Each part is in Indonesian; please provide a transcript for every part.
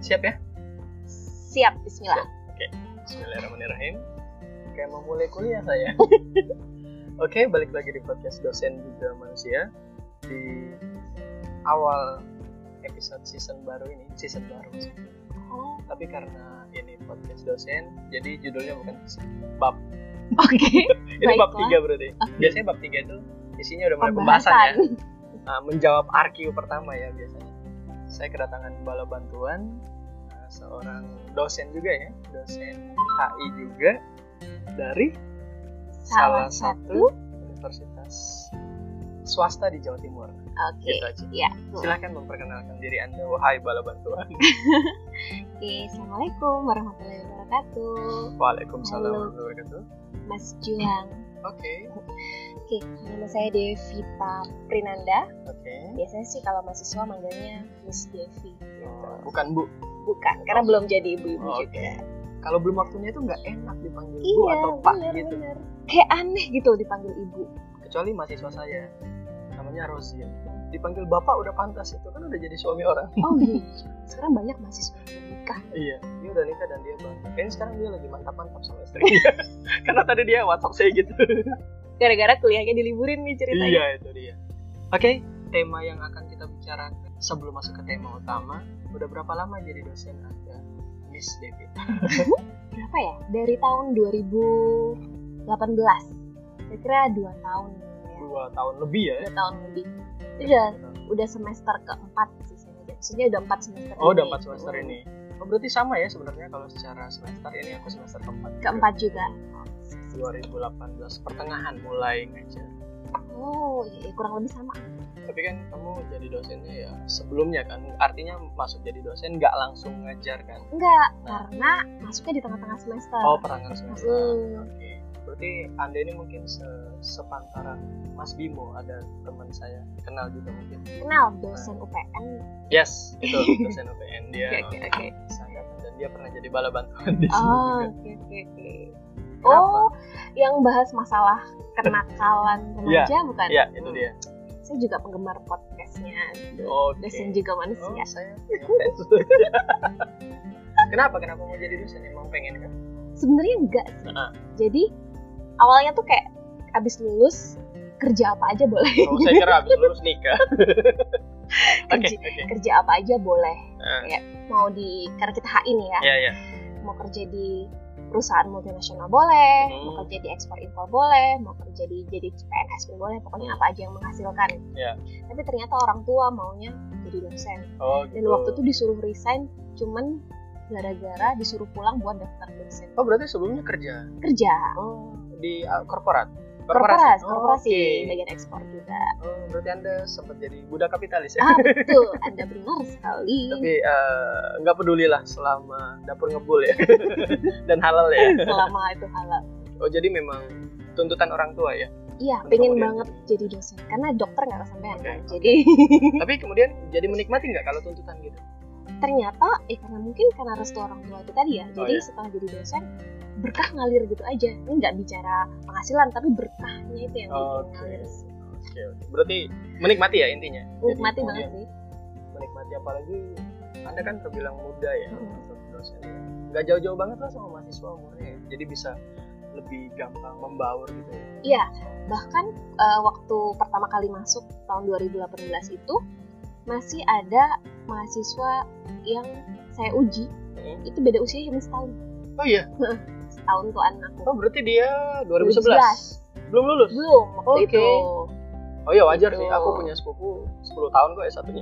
Siap ya? Siap, bismillah. Oke, bismillahirrahmanirrahim. Kayak mau mulai kuliah saya. Oke, balik lagi di podcast Dosen Juga Manusia. Di awal episode season baru ini, season baru sih. Tapi karena ini podcast dosen, jadi judulnya bukan bab. Oke. Ini bab 3 berarti. Biasanya bab 3 itu isinya udah mulai pembahasan ya. Menjawab RQ pertama ya biasanya. Saya kedatangan bala bantuan seorang dosen juga ya, dosen HI juga dari salah satu universitas swasta di Jawa Timur. Oke. Gitu aja. Ya. Silahkan memperkenalkan diri Anda, wahai bala bantuan. Oke, assalamualaikum warahmatullahi wabarakatuh. Waalaikumsalam Halo. warahmatullahi wabarakatuh. Mas Juang. Oke. Oke, nama saya Devita Prinanda. Oke. Biasanya sih kalau mahasiswa manggilnya Miss Devi. Gitu. Bukan Bu. Bukan, karena belum jadi ibu-ibu Oke. juga. Kalau belum waktunya itu nggak enak dipanggil Bu Iya, atau Pak bener, gitu. bener. Kayak aneh gitu dipanggil ibu. Kecuali mahasiswa saya, namanya Rosin. Dipanggil Bapak udah pantas, itu kan udah jadi suami orang. Oh iya, sekarang banyak mahasiswa yang nikah. Iya, dia udah nikah dan dia bangga. Kayaknya sekarang dia lagi mantap-mantap sama istrinya. Karena tadi dia WhatsApp saya gitu. Gara-gara kuliahnya diliburin nih ceritanya. Iya, itu dia. Oke, tema yang akan kita bicarakan sebelum masuk ke tema utama, udah berapa lama jadi dosen Anda, Miss Devita? Berapa ya? Dari tahun 2018. Kira-kira 2 tahun ya. 2 tahun lebih ya? 2 tahun lebih. Itu udah semester keempat sih saya. Maksudnya udah 4 semester Oh, ini. udah 4 semester ini. Oh, berarti sama ya sebenarnya kalau secara semester ini aku semester keempat. Keempat juga. 2018 pertengahan mulai ngajar. Oh, iya, kurang lebih sama. Tapi kan kamu jadi dosennya ya sebelumnya kan, artinya masuk jadi dosen nggak langsung ngajar kan? Enggak, Nah. karena masuknya di tengah-tengah semester. Oh, pertengahan semester. Hmm. Oke. Berarti Anda ini mungkin sepantaran Mas Bimo, ada teman saya kenal juga mungkin. Kenal dosen UPN. Yes, itu dosen UPN dia. Oke. Sanggapan, dan dia pernah jadi bala bantuan di sini Oh, juga. oke. Kenapa? Oh, yang bahas masalah kenakalan remaja bukan? Iya, itu dia. Saya juga penggemar podcastnya Oke. Dosen Juga Oh, Manusia. saya Kenapa mau jadi dosen? Emang pengen kan? Sebenarnya enggak sih. Heeh. Jadi awalnya tuh kayak abis lulus kerja apa aja boleh. Oh, saya kira habis lulus nikah. Oke. Kerja apa aja boleh. Nah, Kayak mau karena kita HI nih ya. Iya. Mau kerja di perusahaan multinasional boleh, mau kerja di ekspor impor boleh, mau kerja jadi PNS pun boleh, pokoknya apa aja yang menghasilkan. Iya. Tapi ternyata orang tua maunya jadi dosen. Oh, Dan gitu. waktu itu disuruh resign cuman gara-gara disuruh pulang buat daftar dosen. Oh, berarti sebelumnya kerja. Kerja. Oh, di korporat. Korporasi, bagian ekspor juga. Oh, berarti Anda sempat jadi budak kapitalis ya? Betul, Anda benar sekali. Tapi nggak peduli lah selama dapur ngebul ya. Dan halal ya. Selama itu halal. Oh, jadi memang tuntutan orang tua ya? Iya, Untuk pengen kemudian banget jadi dosen. Karena dokter nggak kesampean Oke. kan. Jadi Tapi kemudian jadi menikmati nggak kalau tuntutan gitu? ternyata karena restu orang tua itu tadi ya. Jadi iya. setelah jadi dosen berkah ngalir gitu aja. Ini nggak bicara penghasilan tapi berkahnya itu yang bikin Oke. ngalir sih. Oke. Berarti menikmati ya intinya? Menikmati Jadi, banget sih. Menikmati, apalagi Anda kan terbilang muda ya Mm-mm. untuk dosen ya. Nggak jauh-jauh banget lah sama mahasiswa umurnya ya. Jadi bisa lebih gampang membaur gitu ya. Iya, bahkan waktu pertama kali masuk tahun 2018 itu masih ada mahasiswa yang saya uji itu beda usianya cuma setahun. Oh iya? Setahun tuan aku. Oh, berarti dia 2011? Belum lulus? Belum waktu Oke. itu. Oh iya, wajar Gitu. sih. Aku punya sepupu 10 tahun kok ya satunya.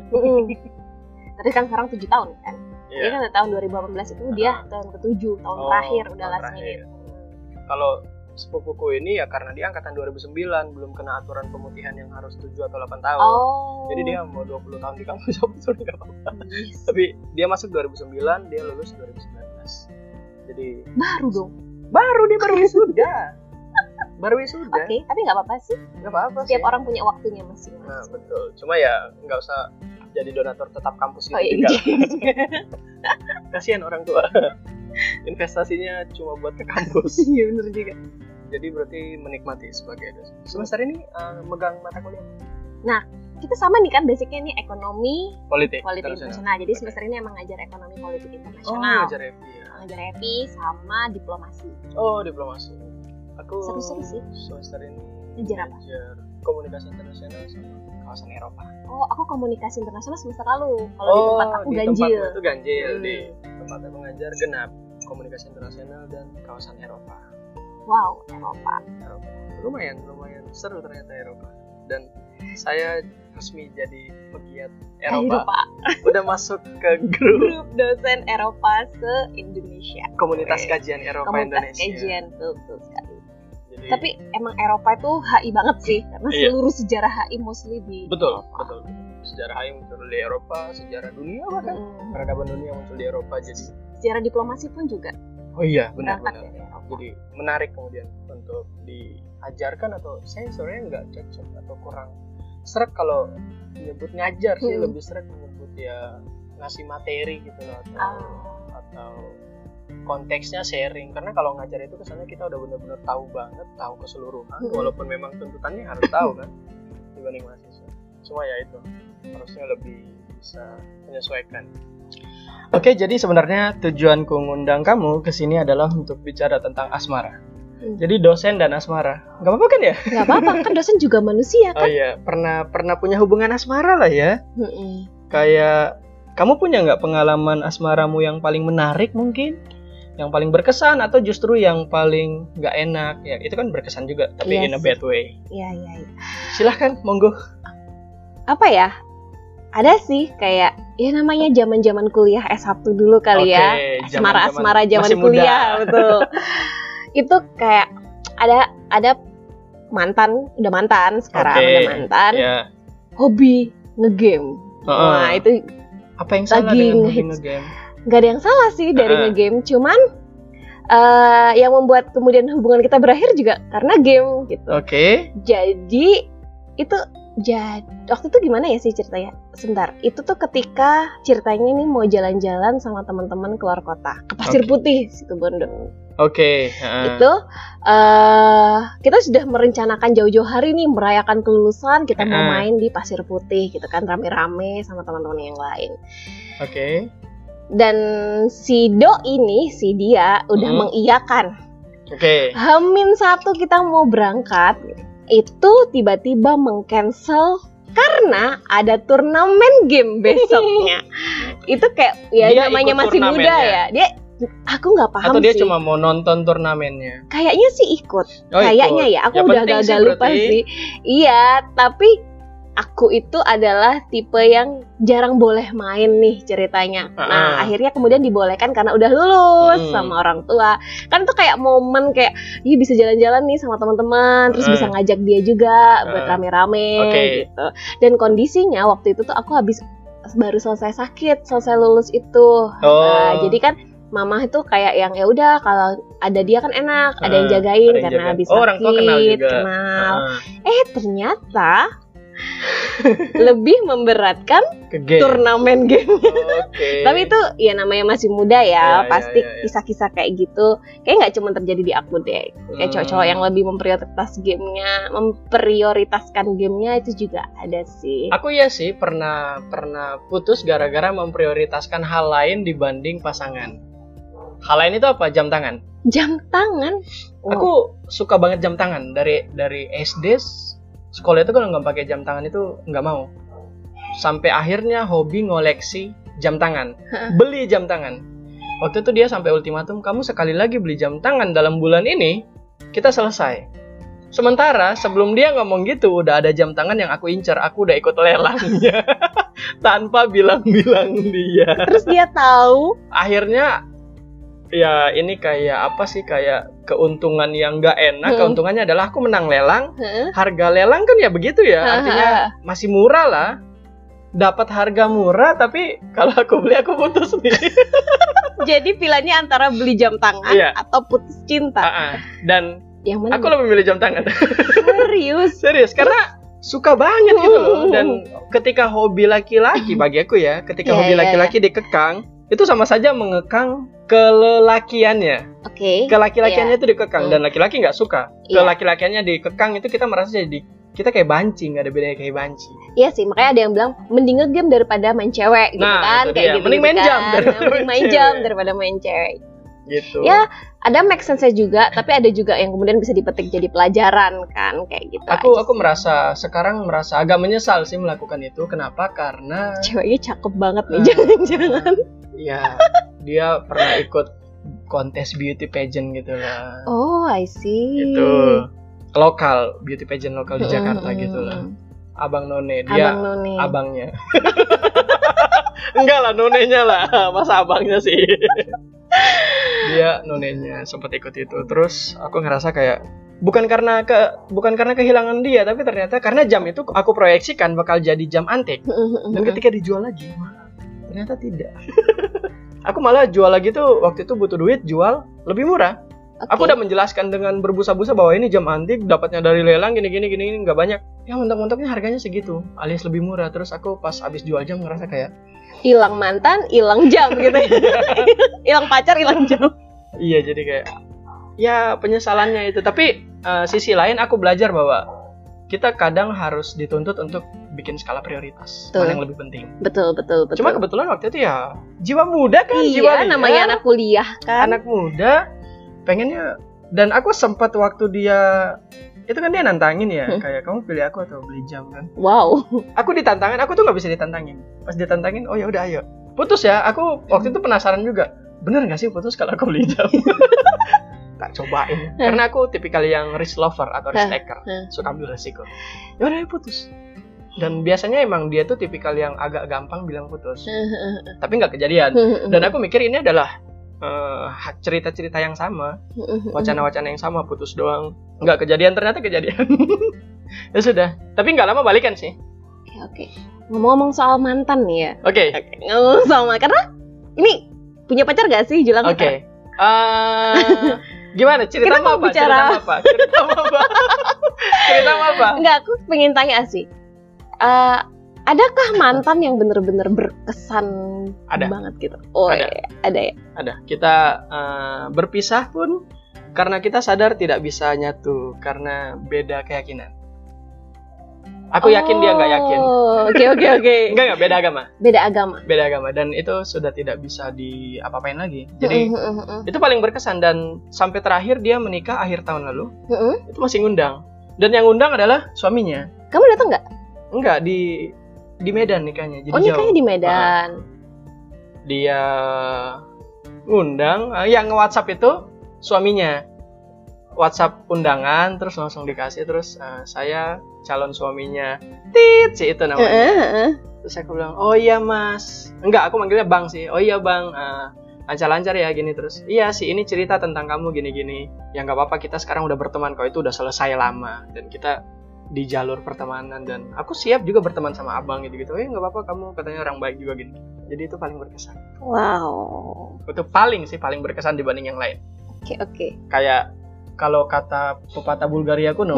Tapi kan sekarang 7 tahun kan. Dia Iya. kan tahun 2018 itu dia tahun ke-7, tahun terakhir udah tahun last terakhir. minute. Kalau sepupuku ini ya karena dia angkatan 2009, belum kena aturan pemutihan yang harus 7 atau 8 tahun. Oh. Jadi dia mau 20 tahun di kampus sebetulnya nggak apa-apa. Yes. Tapi dia masuk 2009, dia lulus 2019. Jadi Baru dong. dia baru wisuda. Baru wisuda. Oke, tapi nggak apa-apa sih. Nggak apa-apa sih. Setiap orang punya waktunya masing-masing. Nah, betul. Cuma ya nggak usah jadi donatur tetap kampus gitu Oh iya. juga. Kasihan orang tua. Investasinya cuma buat ke kampus. Iya bener juga. Jadi berarti menikmati sebagai dosen. Semester ini megang mata kuliah. kita sama nih kan basicnya nih ekonomi Politik internasional. Jadi semester ini emang ngajar ekonomi politik internasional. Ngajar EPI ya. Ngajar EPI sama diplomasi. Diplomasi. Aku seru sih. Semester ini ngajar apa? Ngajar komunikasi internasional sama kawasan Eropa. Aku komunikasi internasional semester lalu. Kalau di tempat aku ganjil. Itu ganjil. Di tempat aku ngajar genap komunikasi internasional dan kawasan Eropa. Wow, Eropa. Lumayan seru ternyata Eropa. Dan saya resmi jadi pegiat Eropa. Udah masuk ke grup dosen Eropa se-Indonesia. Komunitas kajian Eropa Indonesia. Kajian, betul sekali. Jadi, tapi emang Eropa itu HI banget sih, karena seluruh sejarah HI mostly di Eropa. Betul. Sejarah HI muncul di Eropa, sejarah dunia bahkan peradaban dunia muncul di Eropa. Jadi sejarah diplomasi pun juga. Oh iya, benar. Jadi menarik kemudian untuk diajarkan, atau saya sebenarnya nggak cocok atau kurang seret kalau menyebut ngajar sih, lebih seret menyebut ya ngasih materi gitu loh, atau konteksnya sharing. Karena kalau ngajar itu kesannya kita udah benar-benar tahu banget, tahu keseluruhan, walaupun memang tuntutannya harus tahu kan dibanding mahasiswa. Cuma ya itu harusnya lebih bisa menyesuaikan. Oke, jadi sebenarnya tujuanku ngundang kamu ke sini adalah untuk bicara tentang asmara. Jadi dosen dan asmara, nggak apa-apa kan ya? Nggak apa-apa, kan dosen juga manusia kan? Oh iya, pernah punya hubungan asmara lah ya. Kayak kamu punya nggak pengalaman asmaramu yang paling menarik mungkin? Yang paling berkesan, atau justru yang paling nggak enak? Ya itu kan berkesan juga, tapi in a bad way. Iya. Silahkan, monggo. Apa ya? Ada sih kayak ya namanya zaman kuliah S1 dulu kali ya. Asmara zaman kuliah, betul. Itu kayak ada udah mantan sekarang, udah mantan. Hobi ngegame. Nah, itu apa yang salah dengan hobi ngegame? Gak ada yang salah sih dari ngegame, cuman yang membuat kemudian hubungan kita berakhir juga karena game gitu. Jadi itu waktu itu gimana ya sih ceritanya? Sebentar, itu tuh ketika ceritanya ini mau jalan-jalan sama teman-teman keluar kota ke Pasir Putih situ Bandung. Itu kita sudah merencanakan jauh-jauh hari nih merayakan kelulusan, kita mau main di Pasir Putih gitu kan, rame-rame sama teman-teman yang lain. Dan si dia udah mengiyakan. H-1 kita mau berangkat, itu tiba-tiba meng-cancel karena ada turnamen game besoknya. Itu kayak ya dia namanya masih muda ya. Aku nggak paham sih. Atau dia cuma mau nonton turnamennya? Kayaknya sih ikut. Kayaknya ya. Aku udah agak lupa sih. Iya, tapi aku itu adalah tipe yang jarang boleh main nih ceritanya. Nah, akhirnya kemudian dibolehkan karena udah lulus sama orang tua. Kan itu kayak momen kayak, bisa jalan-jalan nih sama teman-teman, terus bisa ngajak dia juga buat rame-rame gitu. Dan kondisinya waktu itu tuh aku baru selesai lulus itu. Jadi kan mama itu kayak yang ya udah kalau ada dia kan enak, ada yang jagain karena habis sakit. Orang tua kenal. Ternyata lebih memberatkan turnamen game. Tapi itu ya namanya masih muda ya, pasti kisah-kisah kayak gitu kayak nggak cuma terjadi di aku deh. Kayak cowok-cowok yang lebih memprioritaskan gamenya itu juga ada sih. Aku sih pernah putus gara-gara memprioritaskan hal lain dibanding pasangan. Hal lain itu apa? Jam tangan. Aku suka banget jam tangan dari SD. Sekolah itu kalau nggak pakai jam tangan itu nggak mau. Sampai akhirnya hobi ngoleksi jam tangan. Beli jam tangan. Waktu itu dia sampai ultimatum, kamu sekali lagi beli jam tangan dalam bulan ini, kita selesai. Sementara sebelum dia ngomong gitu, udah ada jam tangan yang aku incer. Aku udah ikut lelangnya. Tanpa bilang-bilang dia. Terus dia tahu. Akhirnya ya ini kayak apa sih, kayak keuntungan yang nggak enak. Keuntungannya adalah aku menang lelang. Harga lelang kan ya begitu ya, artinya masih murah lah, dapat harga murah, tapi kalau aku beli aku putus nih. Jadi pilihannya antara beli jam tangan atau putus cinta. Dan yang mana aku lebih milih jam tangan. Serius karena suka banget gitu loh. Dan ketika hobi laki-laki bagi aku ya, ketika hobi laki-laki dikekang, itu sama saja mengekang kelelakiannya. Kelaki-lakiannya itu dikekang dan laki-laki nggak suka. Kelaki-lakiannya dikekang, itu kita merasa jadi kita kayak banci, nggak ada bedanya kayak banci. Iya sih, makanya ada yang bilang mending ngegame daripada main cewek gitu kan, kayak gitu. Mending main jam daripada main cewek. Gitu. Ya, ada make sense juga, tapi ada juga yang kemudian bisa dipetik jadi pelajaran kan, kayak gitu. Aku sekarang merasa agak menyesal sih melakukan itu. Kenapa? Karena ceweknya cakep banget nih, jangan-jangan. Iya, dia pernah ikut kontes beauty pageant gitu lah. Oh, I see. Itu lokal, beauty pageant lokal di Jakarta gitu lah. Abang None, dia abangnya. Enggak lah, nonenya lah. Masa abangnya sih? Dia nonenya sempat ikut itu. Terus aku ngerasa kayak bukan karena kehilangan dia, tapi ternyata karena jam itu aku proyeksikan bakal jadi jam antik. Dan ketika dijual lagi, ternyata tidak. Aku malah jual lagi tuh, waktu itu butuh duit, jual lebih murah. Aku udah menjelaskan dengan berbusa-busa bahwa ini jam antik, dapatnya dari lelang gini nggak banyak. Ya mentok-mentoknya harganya segitu, alias lebih murah. Terus aku pas abis jual jam ngerasa kayak hilang mantan, hilang jam gitu. Hilang pacar, hilang jam. Iya, jadi kayak ya penyesalannya itu. Tapi sisi lain aku belajar bahwa kita kadang harus dituntut untuk bikin skala prioritas. Mana yang lebih penting. Betul. Cuma kebetulan waktu itu ya jiwa muda kan, iya, namanya anak kuliah kan. Anak muda pengennya, dan aku sempat waktu dia itu kan dia nantangin ya, kayak kamu pilih aku atau beli jam kan. Wow. Aku ditantangin, aku tuh nggak bisa ditantangin. Pas ditantangin, oh ya udah ayo. Putus ya, aku waktu itu penasaran juga. Bener nggak sih putus kalau aku beli jam? Tak cobain. Karena aku tipikal yang risk lover atau risk taker, suka ambil resiko. Ya udah putus. Dan biasanya emang dia tuh tipikal yang agak gampang bilang putus. Tapi nggak kejadian. Dan aku mikir ini adalah cerita-cerita yang sama, wacana-wacana yang sama, putus doang, nggak kejadian, ternyata kejadian. Ya sudah, tapi nggak lama balikan sih. Oke. Ngomong-ngomong soal mantan nih ya. Oke. Ngomong soal mantan, karena ini punya pacar gak sih Julang? Oke. Gimana cerita apa? Cerita apa? Enggak, aku pengen tanya sih. Adakah mantan yang benar-benar berkesan banget gitu? Oh, ada ya. Ada. Kita berpisah pun karena kita sadar tidak bisa nyatu karena beda keyakinan. Aku yakin dia nggak yakin. Oke. Enggak, beda agama. Beda agama. Dan itu sudah tidak bisa diapa-apain lagi. Jadi itu paling berkesan, dan sampai terakhir dia menikah akhir tahun lalu. Itu masih ngundang. Dan yang ngundang adalah suaminya. Kamu datang nggak? Enggak, di Medan nikahnya, jadi nikahnya di Medan. Dia ngundang, yang nge-WhatsApp itu suaminya. WhatsApp undangan, terus langsung dikasih, terus saya calon suaminya. Tit sih itu namanya. Terus aku bilang, "Oh iya, Mas." Enggak, aku manggilnya Bang sih. "Oh iya, Bang. Lancar-lancar ya gini." Terus, "Iya sih, ini cerita tentang kamu gini-gini. Ya nggak apa-apa, kita sekarang udah berteman kok, itu udah selesai lama, dan kita di jalur pertemanan, dan aku siap juga berteman sama abang gitu-gitu. Nggak apa-apa, kamu katanya orang baik juga gini." Jadi itu paling berkesan. Wow. Itu paling berkesan dibanding yang lain. Oke. Kayak kalau kata pepatah Bulgaria kuno,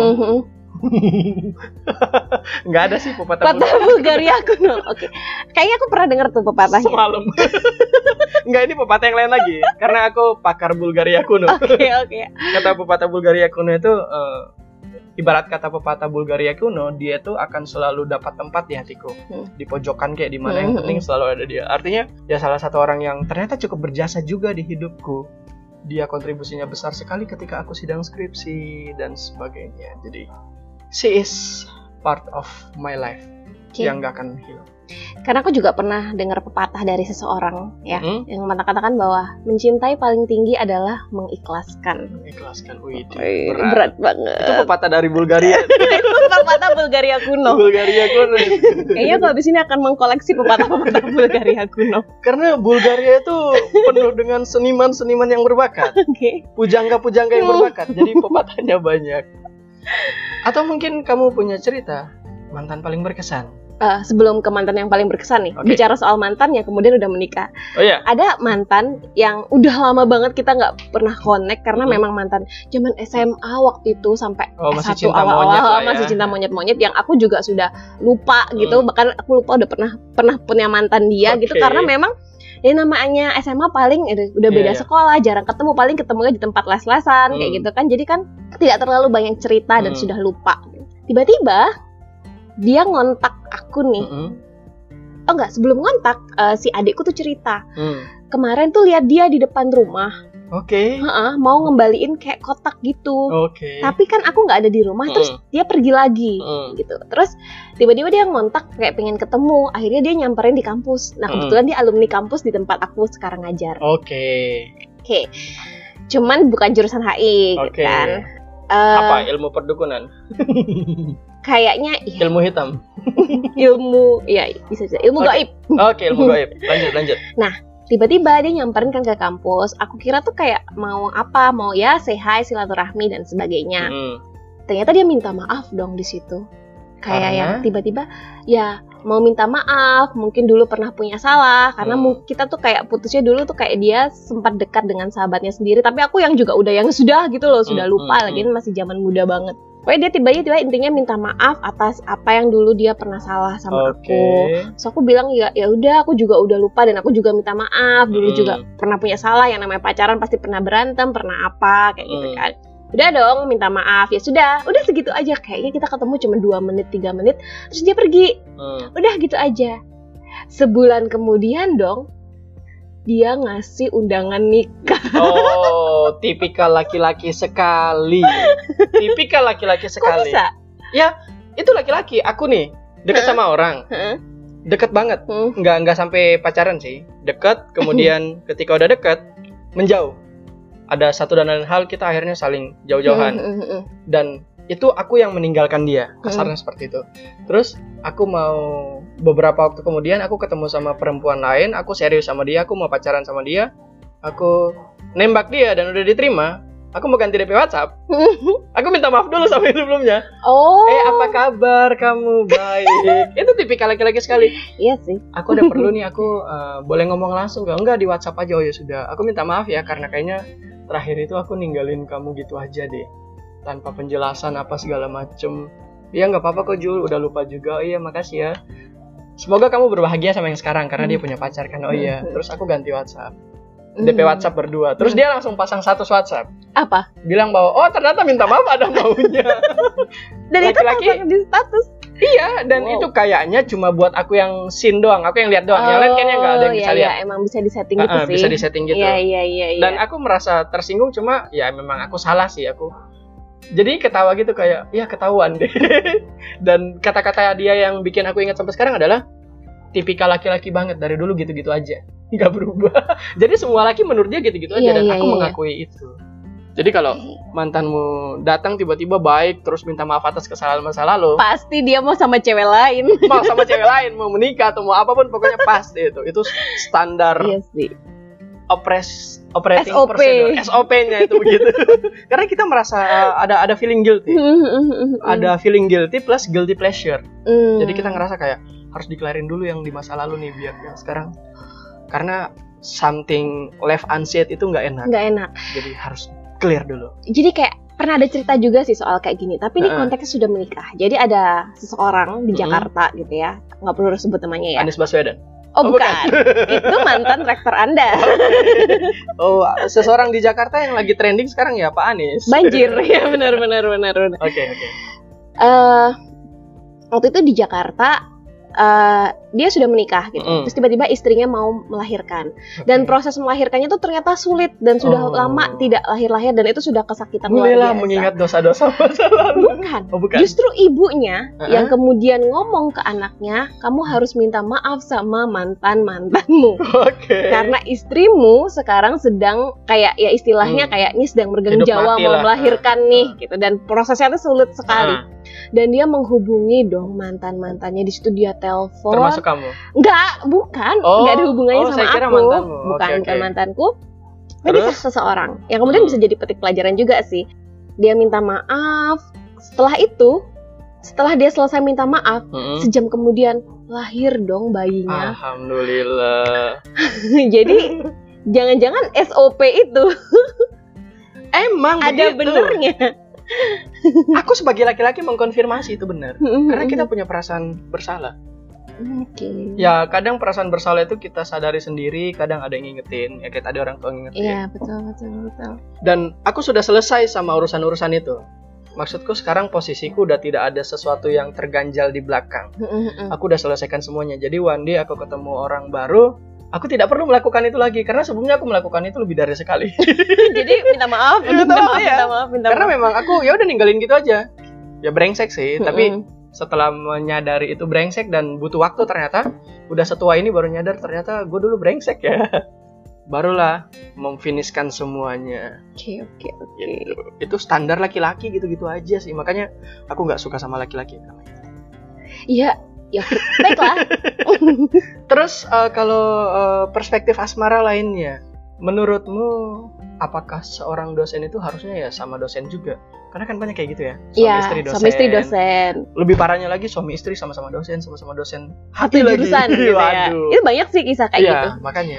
nggak ada sih pepatah Bulgaria kuno. Oke. Kayaknya aku pernah dengar tuh pepatahnya. Semalam. Nggak, ini pepatah yang lain lagi. Karena aku pakar Bulgaria kuno. Oke. Kata pepatah Bulgaria kuno itu, ibarat kata pepatah Bulgaria kuno, dia tuh akan selalu dapat tempat di hatiku. Di pojokan kayak di mana, yang penting selalu ada dia. Artinya, dia salah satu orang yang ternyata cukup berjasa juga di hidupku. Dia kontribusinya besar sekali ketika aku sidang skripsi dan sebagainya. Jadi, she is part of my life yang gak akan hilang. Karena aku juga pernah dengar pepatah dari seseorang ya, yang mengatakan bahwa mencintai paling tinggi adalah mengikhlaskan. Wih, berat banget. Itu pepatah dari Bulgaria. Itu pepatah Bulgaria kuno. Kayaknya aku habis ini akan mengkoleksi pepatah-pepatah Bulgaria kuno. Karena Bulgaria itu penuh dengan seniman-seniman yang berbakat. Pujangga-pujangga yang berbakat. Jadi pepatahnya banyak. Atau mungkin kamu punya cerita mantan paling berkesan? Sebelum ke mantan yang paling berkesan nih, bicara soal mantan yang kemudian udah menikah. Oh iya. Ada mantan yang udah lama banget kita nggak pernah connect karena memang mantan zaman SMA waktu itu sampai S1 awal-awal masih cinta monyet-monyet yang aku juga sudah lupa gitu, bahkan aku lupa udah pernah punya mantan dia gitu, karena memang ya namanya SMA paling udah beda sekolah, jarang ketemu, paling ketemunya di tempat les-lesan kayak gitu kan, jadi kan tidak terlalu banyak cerita dan sudah lupa. tiba-tiba dia ngontak aku nih. Oh enggak, sebelum ngontak si adikku tuh cerita. Kemarin tuh lihat dia di depan rumah. Oke. Mau ngembaliin kayak kotak gitu. Oke. Tapi kan aku nggak ada di rumah, terus dia pergi lagi gitu. Terus tiba-tiba dia ngontak kayak pengen ketemu. Akhirnya dia nyamperin di kampus. Nah kebetulan dia alumni kampus di tempat aku sekarang ngajar. Oke. Cuman bukan jurusan HI gitu kan. Apa ilmu perdukunan? Kayaknya ilmu hitam. Ilmu ya bisa saja ilmu gaib. Oke, ilmu gaib. Lanjut. Nah, tiba-tiba dia nyamperin kan ke kampus. Aku kira tuh kayak mau apa? Mau ya say hi, silaturahmi dan sebagainya. Ternyata dia minta maaf dong di situ. Kayak yang tiba-tiba ya mau minta maaf, mungkin dulu pernah punya salah karena kita tuh kayak putusnya dulu tuh kayak dia sempat dekat dengan sahabatnya sendiri, tapi aku yang juga udah yang sudah gitu loh, sudah lupa lagi masih zaman muda banget. Pokoknya dia tiba-tiba intinya minta maaf atas apa yang dulu dia pernah salah sama aku. So aku bilang ya udah, aku juga udah lupa dan aku juga minta maaf. Dulu juga pernah punya salah, yang namanya pacaran pasti pernah berantem, pernah apa kayak gitu kan. Udah dong, minta maaf. Ya sudah, udah segitu aja. Kayaknya kita ketemu cuma 2 menit, 3 menit, terus dia pergi. Udah gitu aja. Sebulan kemudian dong, dia ngasih undangan nikah. Oh, tipikal laki-laki sekali. Tipikal laki-laki sekali. Kok bisa? Ya, itu laki-laki. Aku nih dekat sama orang. Deket banget. Nggak sampai pacaran sih. Deket, kemudian ketika udah deket, menjauh. Ada satu dan lain hal, kita akhirnya saling jauh-jauhan. Dan itu aku yang meninggalkan dia, kasarnya seperti itu. Terus aku mau beberapa waktu kemudian aku ketemu sama perempuan lain, aku serius sama dia, aku mau pacaran sama dia, aku nembak dia dan udah diterima. Aku mau ganti DP WhatsApp. Aku minta maaf dulu sama yang sebelumnya. Apa kabar kamu? Baik. Itu tipikal laki-laki sekali. Iya sih. Aku udah perlu nih, aku boleh ngomong langsung gak? Enggak, di WhatsApp aja. Oh ya sudah. Aku minta maaf ya karena kayaknya terakhir itu aku ninggalin kamu gitu aja deh, tanpa penjelasan apa segala macem. Iya nggak apa-apa kok Jul, udah lupa juga. Oh iya makasih ya. Semoga kamu berbahagia sama yang sekarang karena dia punya pacar kan. Oh iya. Terus aku ganti WhatsApp. DP WhatsApp berdua. Terus dia langsung pasang status WhatsApp. Apa? Bilang bahwa oh ternyata minta maaf ada maunya. Dan laki-laki, itu pasang di status. Iya, dan itu kayaknya cuma buat aku yang scene doang, aku yang lihat doang. Yang lain kayaknya nggak ada yang bisa lihat. Emang bisa disetting gitu sih. Bisa disetting gitu. Iya. Dan aku merasa tersinggung, cuma ya memang aku salah sih aku. Jadi ketawa gitu kayak, ya ketahuan deh. Dan kata-kata dia yang bikin aku ingat sampai sekarang adalah tipikal laki-laki banget, dari dulu gitu-gitu aja, nggak berubah. Jadi semua laki menurut dia gitu-gitu aja, dan aku mengakui itu. Jadi kalau mantanmu datang tiba-tiba baik terus minta maaf atas kesalahan masa lalu, pasti dia mau sama cewek lain. Mau sama cewek lain, mau menikah atau mau apapun, pokoknya pasti itu standar. Iya sih. Operating procedure, SOP-nya itu begitu. Karena kita merasa ada feeling guilty. Ada feeling guilty plus guilty pleasure. Jadi kita ngerasa kayak harus dikelarin dulu yang di masa lalu nih biar yang sekarang. Karena something left unsaid itu nggak enak. Jadi harus clear dulu. Jadi kayak pernah ada cerita juga sih soal kayak gini, tapi ini konteksnya sudah menikah. Jadi ada seseorang di Jakarta gitu ya, nggak perlu sebut namanya ya. Anies Baswedan. Oh bukan. Itu mantan rektor Anda. Oh, seseorang di Jakarta yang lagi trending sekarang ya Pak Anies. Banjir ya, benar. Oke. Waktu itu di Jakarta dia sudah menikah gitu. Terus tiba-tiba istrinya mau melahirkan. Dan proses melahirkannya tuh ternyata sulit dan sudah lama tidak lahir-lahir, dan itu sudah kesakitan luar biasa. Mengingat dosa-dosa masa lalu. Bukan. Justru ibunya yang kemudian ngomong ke anaknya, kamu harus minta maaf sama mantanmu. Karena istrimu sekarang sedang kayak ya istilahnya kayak ini sedang merenggang nyawa mau melahirkan nih gitu, dan prosesnya itu sulit sekali. Dan dia menghubungi dong mantannya, di situ dia telepon. Termasuk kamu? Bukan. Enggak ada hubungannya sama aku. Bukan mantanku. Tapi seseorang yang kemudian bisa jadi petik pelajaran juga sih. Dia minta maaf. Setelah dia selesai minta maaf, sejam kemudian lahir dong bayinya. Alhamdulillah. Jadi jangan-jangan SOP itu emang ada benernya. Aku sebagai laki-laki mengkonfirmasi itu benar. Karena kita punya perasaan bersalah. Ya kadang perasaan bersalah itu kita sadari sendiri, kadang ada yang ngingetin. Ya kayak tadi orang tua ngingetin. Iya betul. Dan aku sudah selesai sama urusan-urusan itu. Maksudku sekarang posisiku udah tidak ada sesuatu yang terganjal di belakang. Aku udah selesaikan semuanya. Jadi one day aku ketemu orang baru, aku tidak perlu melakukan itu lagi karena sebelumnya aku melakukan itu lebih dari sekali. Jadi minta maaf. Karena memang aku ya udah ninggalin gitu aja. Ya brengsek sih, tapi setelah menyadari itu brengsek dan butuh waktu, ternyata udah setua ini baru nyadar ternyata gue dulu brengsek ya. Barulah memfinishkan semuanya. Oke. Gitu. Itu standar laki-laki gitu-gitu aja sih. Makanya aku nggak suka sama laki-laki karena itu. Iya, ya baiklah. Terus kalau perspektif asmara lainnya, menurutmu apakah seorang dosen itu harusnya ya sama dosen juga? Karena kan banyak kayak gitu ya. Suami istri dosen. Lebih parahnya lagi suami istri sama-sama dosen Satu jurusan gitu ya. Itu banyak sih kisah kayak gitu. Iya, makanya.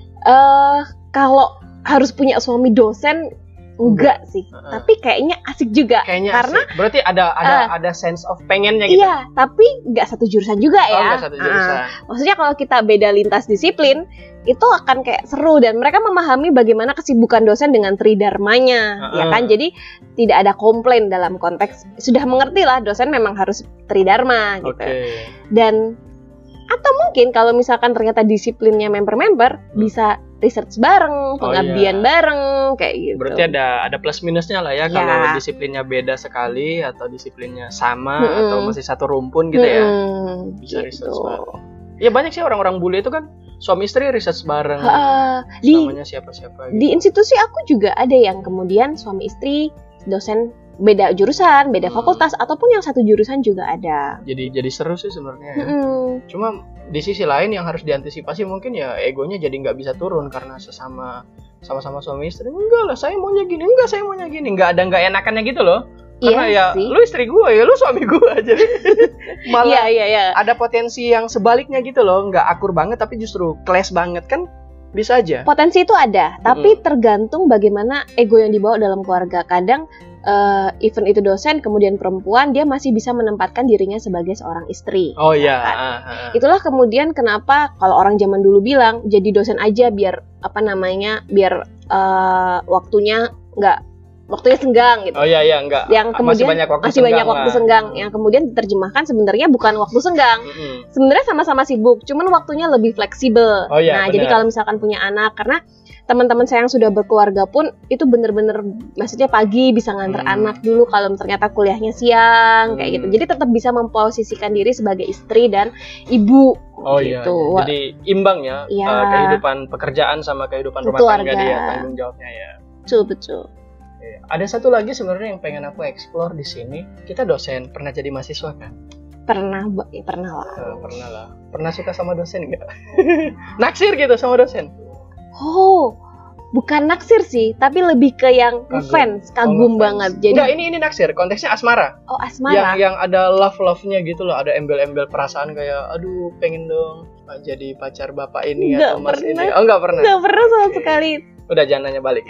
Kalau harus punya suami dosen enggak sih, tapi kayaknya asik juga. Karena asik. Berarti ada sense of pengennya gitu. Iya, tapi enggak satu jurusan juga ya. Enggak satu jurusan. Maksudnya kalau kita beda lintas disiplin, itu akan kayak seru dan mereka memahami bagaimana kesibukan dosen dengan tridharmanya, ya kan? Jadi tidak ada komplain dalam konteks sudah mengerti lah dosen memang harus tridharma gitu. Dan atau mungkin kalau misalkan ternyata disiplinnya member-member bisa research bareng, pengabdian bareng kayak gitu. Berarti ada plus minusnya lah ya. Kalau disiplinnya beda sekali atau disiplinnya sama atau masih satu rumpun gitu ya. Bisa research bareng. Ya banyak sih orang-orang bule itu kan suami istri research bareng. Namanya siapa-siapa gitu. Di institusi aku juga ada yang kemudian suami istri dosen beda jurusan, beda fakultas ataupun yang satu jurusan juga ada. Jadi seru sih sebenarnya. Ya. Cuma di sisi lain yang harus diantisipasi mungkin ya egonya jadi nggak bisa turun karena sama-sama suami istri. Enggak lah, saya maunya gini. Enggak, saya maunya gini. Nggak ada nggak enakannya gitu loh. Karena ya sih. Lu istri gue ya, lu suami gue aja. Malah ada potensi yang sebaliknya gitu loh, nggak akur banget tapi justru clash banget kan. Bisa aja. Potensi itu ada, tapi tergantung bagaimana ego yang dibawa dalam keluarga. Kadang even itu dosen kemudian perempuan, dia masih bisa menempatkan dirinya sebagai seorang istri. Oh iya. Itulah kemudian kenapa kalau orang zaman dulu bilang jadi dosen aja biar biar waktunya senggang gitu. Oh iya enggak. Yang kemudian masih banyak waktu senggang. Yang kemudian diterjemahkan sebenarnya bukan waktu senggang. Sebenarnya sama-sama sibuk, cuman waktunya lebih fleksibel. Oh, iya, jadi kalau misalkan punya anak, karena teman-teman saya yang sudah berkeluarga pun itu bener-bener maksudnya pagi bisa nganter anak dulu kalau ternyata kuliahnya siang kayak gitu. Jadi tetap bisa memposisikan diri sebagai istri dan ibu. Oh gitu. Iya. Jadi imbang ya, kehidupan pekerjaan sama kehidupan rumah tangga dia, tanggung jawabnya ya. Betul. Ada satu lagi sebenarnya yang pengen aku explore di sini. Kita dosen, pernah jadi mahasiswa kan? Pernah lah. Pernah lah. Pernah suka sama dosen nggak? Naksir gitu sama dosen? Oh, bukan naksir sih, tapi lebih ke yang fans, kagum banget. Jadi enggak, ini naksir, konteksnya asmara. Oh, asmara. Yang ada love-nya gitu loh, ada embel-embel perasaan kayak aduh pengen dong jadi pacar bapak ini atau mas ini. Oh, enggak pernah. Enggak pernah sama sekali. Udah jangan nanya balik.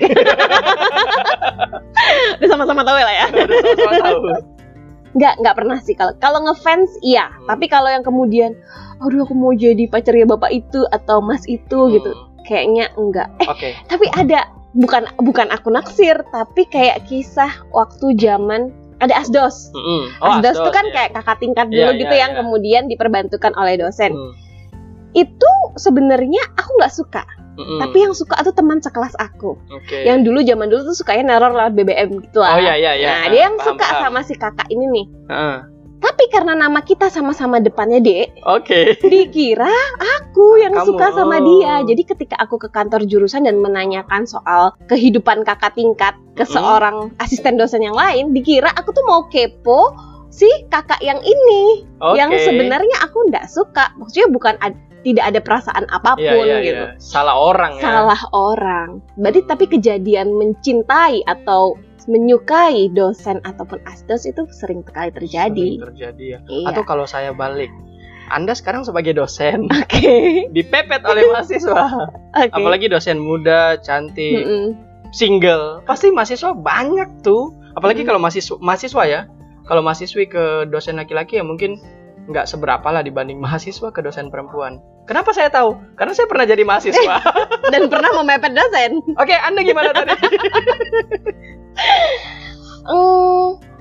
Udah sama-sama tahu lah ya. Udah sama-sama tahu. Enggak pernah sih kalau ngefans iya, tapi kalau yang kemudian aduh aku mau jadi pacarnya bapak itu atau mas itu gitu. Kayaknya enggak. Tapi ada bukan aku naksir, tapi kayak kisah waktu zaman ada asdos. Asdos itu kan kayak kakak tingkat dulu gitu yang kemudian diperbantukan oleh dosen. Itu sebenarnya aku nggak suka. Tapi yang suka itu teman sekelas aku. Yang zaman dulu tuh sukanya neror lewat BBM gitu lah. Oh iya. Nah, dia yang suka sama si kakak ini nih. Tapi karena nama kita sama-sama depannya D, dikira aku yang suka sama dia. Jadi ketika aku ke kantor jurusan dan menanyakan soal kehidupan kakak tingkat ke seorang asisten dosen yang lain, dikira aku tuh mau kepo si kakak yang ini. Yang sebenarnya aku nggak suka. Maksudnya bukan tidak ada perasaan apapun gitu. Salah orang ya. Salah orang. Berarti tapi kejadian mencintai atau menyukai dosen ataupun asdos itu sering sekali terjadi. Ya. Atau kalau saya balik, Anda sekarang sebagai dosen, dipepet oleh mahasiswa. Apalagi dosen muda, cantik, single, pasti mahasiswa banyak tuh. Apalagi kalau mahasiswa ya. Kalau mahasiswi ke dosen laki-laki ya mungkin nggak seberapa lah dibanding mahasiswa ke dosen perempuan. Kenapa saya tahu? Karena saya pernah jadi mahasiswa dan pernah memepet dosen. Oke, Anda gimana tadi?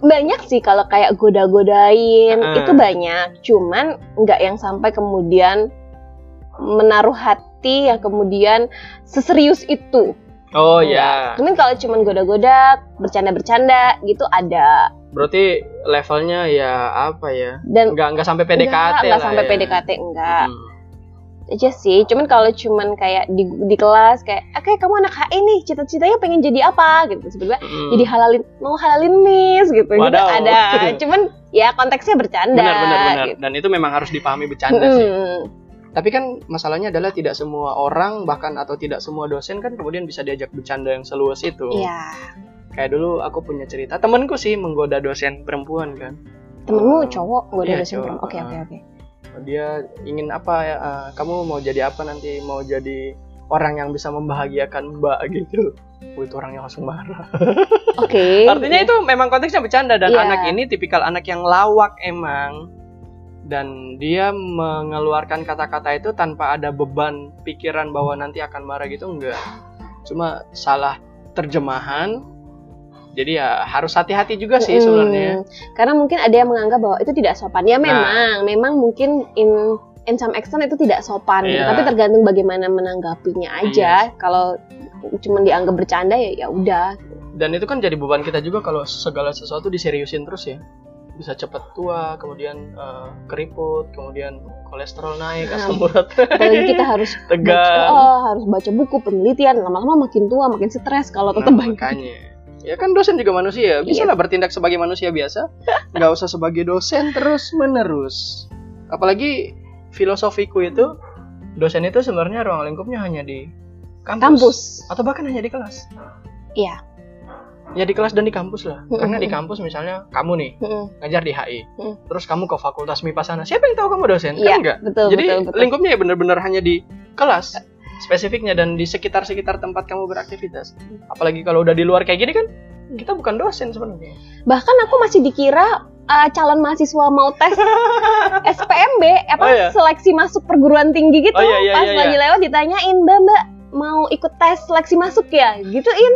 Banyak sih kalau kayak goda-godain itu banyak, cuman nggak yang sampai kemudian menaruh hati yang kemudian seserius itu. Oh ya. Cuman kalau cuman goda-goda, bercanda-bercanda gitu ada. Berarti levelnya ya apa ya? Dan nggak sampai PDKT nggak sampai PDKT enggak. Aja sih, cuman kalau cuman kayak di kelas kayak, oke kamu anak HI nih, cita-citanya pengen jadi apa gitu, sebetulnya jadi mau halalin miss gitu, gitu ada, cuman ya konteksnya bercanda. Benar. Gitu. Dan itu memang harus dipahami bercanda sih. Tapi kan masalahnya adalah tidak semua orang bahkan atau tidak semua dosen kan kemudian bisa diajak bercanda yang seluas itu. Iya. Kayak dulu aku punya cerita, temanku sih menggoda dosen perempuan kan. Temenmu cowok menggoda dosen perempuan? Oke. Dia ingin apa ya, kamu mau jadi apa nanti, mau jadi orang yang bisa membahagiakan mbak gitu. Itu orangnya langsung marah. Oke. Artinya itu memang konteksnya bercanda dan anak ini tipikal anak yang lawak emang, dan dia mengeluarkan kata-kata itu tanpa ada beban pikiran bahwa nanti akan marah gitu, enggak, cuma salah terjemahan. Jadi ya harus hati-hati juga sih sebenarnya. Karena mungkin ada yang menganggap bahwa itu tidak sopan. Ya memang mungkin in some extent itu tidak sopan gitu. Tapi tergantung bagaimana menanggapinya aja. Kalau cuma dianggap bercanda ya udah. Dan itu kan jadi beban kita juga kalau segala sesuatu diseriusin terus ya. Bisa cepat tua, kemudian keriput, kemudian kolesterol naik, asam urat. Apalagi kita harus tegang. Harus baca buku penelitian. Lama-lama makin tua, makin stres kalau tetap banyak. Makanya. Ya kan dosen juga manusia, bisa lah bertindak sebagai manusia biasa, nggak usah sebagai dosen terus menerus. Apalagi filosofiku itu, dosen itu sebenarnya ruang lingkupnya hanya di kampus. Atau bahkan hanya di kelas. Iya. Ya di kelas dan di kampus lah. Karena di kampus misalnya kamu nih ngajar di HI, terus kamu ke fakultas MIPA sana, siapa yang tahu kamu dosen? Iya, kan enggak. Betul, jadi betul. lingkupnya ya benar-benar hanya di kelas spesifiknya dan di sekitar tempat kamu beraktivitas. Apalagi kalau udah di luar kayak gini kan, kita bukan dosen sebenarnya. Bahkan aku masih dikira calon mahasiswa mau tes SPMB, seleksi masuk perguruan tinggi gitu. Pas lagi lewat ditanyain, Mbak mau ikut tes seleksi masuk ya? Gituin.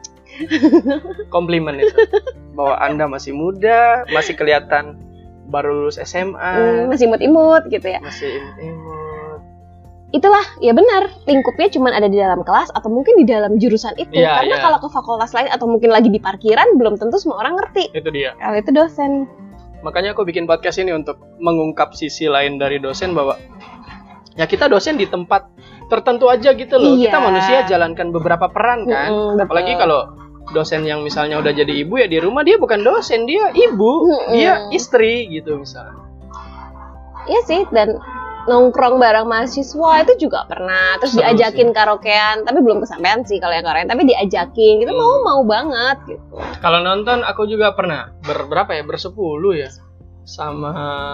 Komplimen itu. Bahwa Anda masih muda, masih kelihatan baru lulus SMA. Masih imut-imut gitu ya. Masih imut. Itulah, ya benar, lingkupnya cuma ada di dalam kelas atau mungkin di dalam jurusan itu. Karena kalau ke fakultas lain atau mungkin lagi di parkiran, belum tentu semua orang ngerti. Itu dia. Kalau itu dosen. Makanya aku bikin podcast ini untuk mengungkap sisi lain dari dosen, bahwa ya kita dosen di tempat tertentu aja gitu loh. Kita manusia jalankan beberapa peran kan. Apalagi kalau dosen yang misalnya udah jadi ibu, ya di rumah dia bukan dosen, dia ibu, dia istri gitu misalnya. Iya sih, dan nongkrong bareng mahasiswa itu juga pernah, terus diajakin karaokean, tapi belum kesampean sih kalau yang karaokean, tapi diajakin gitu, mau banget gitu. Kalau nonton aku juga pernah bersepuluh ya, sama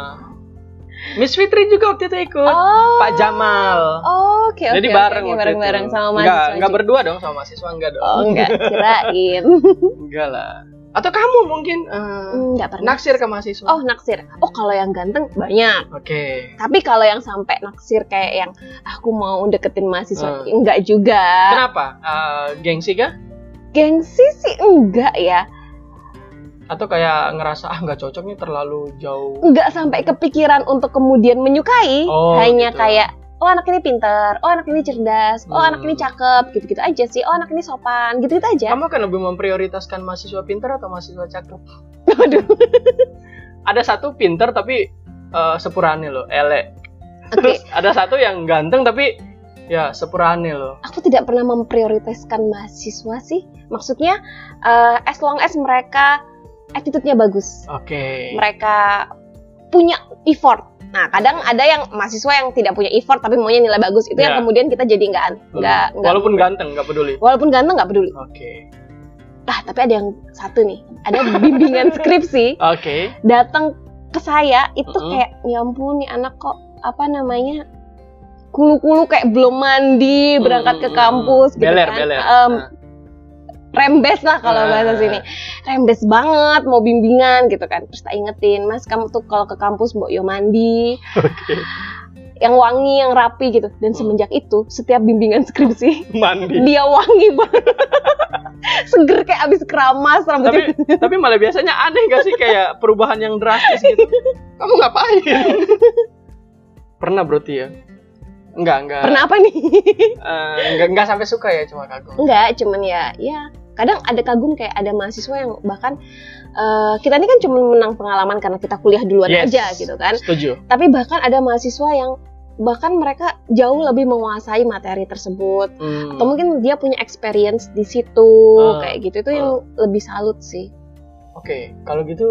Miss Fitri juga waktu itu ikut, Pak Jamal. Oke. Jadi bareng sama mahasiswa. Enggak berdua dong sama mahasiswa, enggak dong. Enggak, kirain. Enggak lah. Atau kamu mungkin nggak pernah naksir ke mahasiswa? Naksir. Kalau yang ganteng banyak. Oke. Tapi kalau yang sampai naksir kayak yang aku mau deketin mahasiswa, enggak juga. Kenapa? Gengsi kah? Gengsi sih enggak ya. Atau kayak ngerasa nggak cocok nih, terlalu jauh. Enggak sampai kepikiran untuk kemudian menyukai. Hanya gitu. Kayak anak ini pintar, anak ini cerdas, anak ini cakep, gitu-gitu aja sih. Anak ini sopan, gitu-gitu aja. Kamu akan lebih memprioritaskan mahasiswa pintar atau mahasiswa cakep? Waduh. Ada satu pintar tapi sepurane loh, elek. Terus ada satu yang ganteng tapi ya sepurane loh. Aku tidak pernah memprioritaskan mahasiswa sih. Maksudnya as long as mereka attitude-nya bagus. Oke. Mereka punya effort. Nah, kadang ada yang mahasiswa yang tidak punya effort tapi maunya nilai bagus. Itu yang kemudian kita jadi nggak walaupun ganteng nggak peduli. Walaupun ganteng nggak peduli. Oke. Tapi ada yang satu nih, ada bimbingan skripsi. Oke. Datang ke saya itu kayak, ya ampun nih anak kok kulu-kulu kayak belum mandi berangkat ke kampus gitu beler. Rembes lah kalau bahasa sini, rembes banget mau bimbingan gitu kan. Terus tak ingetin, Mas kamu tuh kalau ke kampus mbok yo mandi. yang wangi, yang rapi gitu. Dan semenjak itu setiap bimbingan skripsi mandi dia wangi banget. Seger kayak abis keramas rambutnya. Tapi malah biasanya aneh gak sih kayak perubahan yang drastis gitu. Kamu ngapain? Pernah berarti ya? Enggak. Pernah apa nih? Enggak sampai suka ya, cuma kagum. Enggak, cuman ya kadang ada kagum kayak ada mahasiswa yang bahkan kita ini kan cuma menang pengalaman karena kita kuliah duluan aja gitu kan. Setuju. Tapi bahkan ada mahasiswa yang bahkan mereka jauh lebih menguasai materi tersebut atau mungkin dia punya experience di situ kayak gitu, itu yang lebih salut sih. Oke, kalau gitu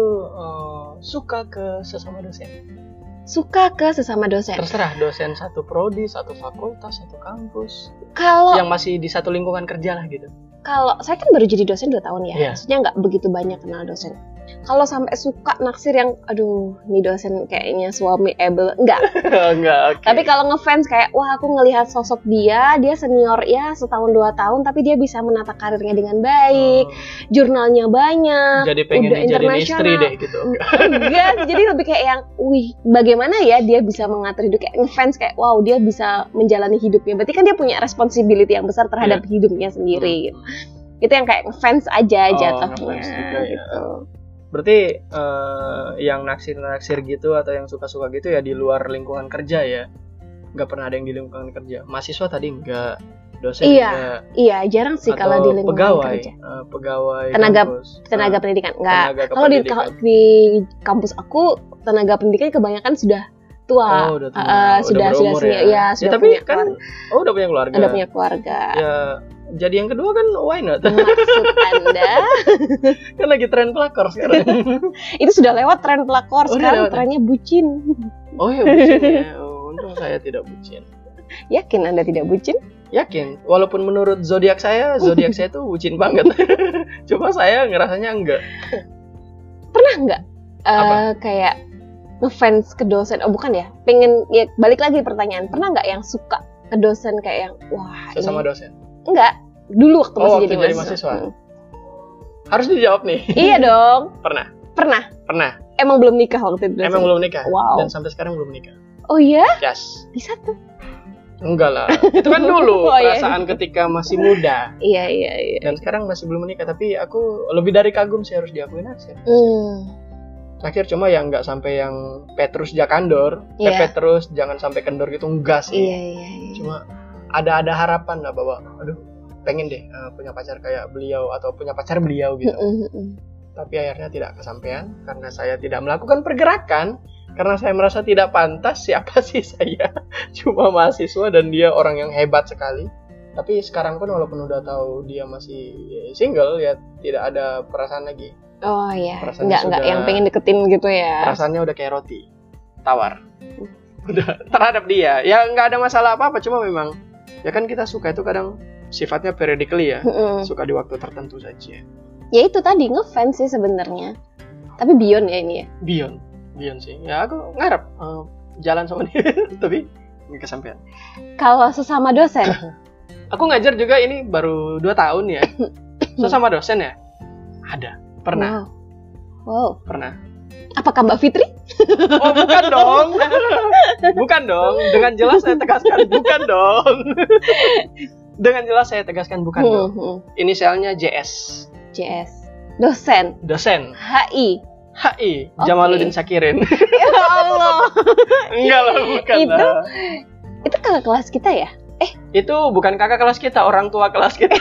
suka ke sesama dosen? Suka ke sesama dosen. Terserah dosen satu prodi, satu fakultas, satu kampus. Kalau yang masih di satu lingkungan kerja lah gitu. Kalau saya kan baru jadi dosen 2 tahun ya, maksudnya nggak begitu banyak kenal dosen. Kalau sampai suka naksir yang, aduh, nih dosen kayaknya suami enggak. Enggak, okay. Tapi kalau ngefans kayak, wah aku ngelihat sosok dia senior ya 1 tahun 2 tahun, tapi dia bisa menata karirnya dengan baik, jurnalnya banyak, jadi pengen dijadiin istri deh gitu. Enggak, jadi lebih kayak yang, wih, bagaimana ya dia bisa mengatur hidup, kayak ngefans kayak, wow, dia bisa menjalani hidupnya. Berarti kan dia punya responsibility yang besar terhadap hidupnya sendiri. Gitu. Itu yang kayak ngefans aja jatuhnya gitu. Berarti yang naksir gitu atau yang suka-suka gitu ya di luar lingkungan kerja ya? Nggak pernah ada yang di lingkungan kerja? Mahasiswa tadi nggak? Dosen nggak? Iya, jarang sih kalau di lingkungan kerja. Pegawai tenaga pendidikan nggak. Kalau di kampus aku tenaga pendidikan kebanyakan sudah tua. Sudah senior. Ya, sudah tapi punya kan udah punya keluarga. Udah punya keluarga. Ya, jadi yang kedua kan why not? Maksud Anda? Kan lagi tren pelakor sekarang. Itu sudah lewat tren pelakor, sekarang trennya bucin. Oh ya, bucin ya. Untung saya tidak bucin. Yakin Anda tidak bucin? Yakin. Walaupun menurut zodiak saya tuh bucin banget. Cuma saya ngerasanya enggak. Pernah enggak kayak ngefans ke dosen? Oh bukan ya. Pengen ya, balik lagi pertanyaan. Pernah enggak yang suka ke dosen kayak yang wah, sesama dosen? Enggak, dulu waktu masih jadi mahasiswa. Harus dijawab nih. Iya dong. Pernah. Emang belum nikah waktu itu? Emang belum nikah. Wow. Dan sampai sekarang belum nikah. Oh iya? Yes. Bisa tuh. Enggak lah. Itu kan dulu perasaan ketika masih muda. Iya. Dan sekarang masih belum menikah, tapi aku lebih dari kagum sih, harus diakuin aja. Terakhir cuma yang nggak sampai yang Petrus Jakandor, Petrus jangan sampai kendor gitu, enggak sih. Iya. Cuma ada harapan lah bahwa aduh pengen deh punya pacar kayak beliau atau punya pacar beliau gitu. Tapi akhirnya tidak kesampaian karena saya tidak melakukan pergerakan, karena saya merasa tidak pantas. Siapa sih saya? Cuma mahasiswa dan dia orang yang hebat sekali. Tapi sekarang pun walaupun udah tahu dia masih single ya tidak ada perasaan lagi. Oh iya. Enggak yang pengen deketin gitu ya. Perasaannya udah kayak roti tawar. Udah terhadap dia. Ya nggak ada masalah apa-apa, cuma memang ya kan kita suka itu kadang sifatnya periodically ya, suka di waktu tertentu saja. Ya itu tadi ngefans sih sebenarnya, tapi beyond ya ini ya. Beyond sih. Ya aku ngarep jalan sama dia, tapi nggak kesampaian. Kalau sesama dosen, aku ngajar juga ini baru 2 tahun ya. Sesama dosen ya, ada, pernah. Wow. Pernah. Apakah Mbak Fitri? Oh bukan dong. Bukan dong. Dengan jelas saya tegaskan bukan dong. Dengan jelas saya tegaskan bukan dong. Inisialnya JS. Dosen. HI. Okay. Jamaluddin Sakirin. Ya Allah. Enggak lah, bukan lah. Itu kakak kelas kita ya? Itu bukan kakak kelas kita, orang tua kelas kita.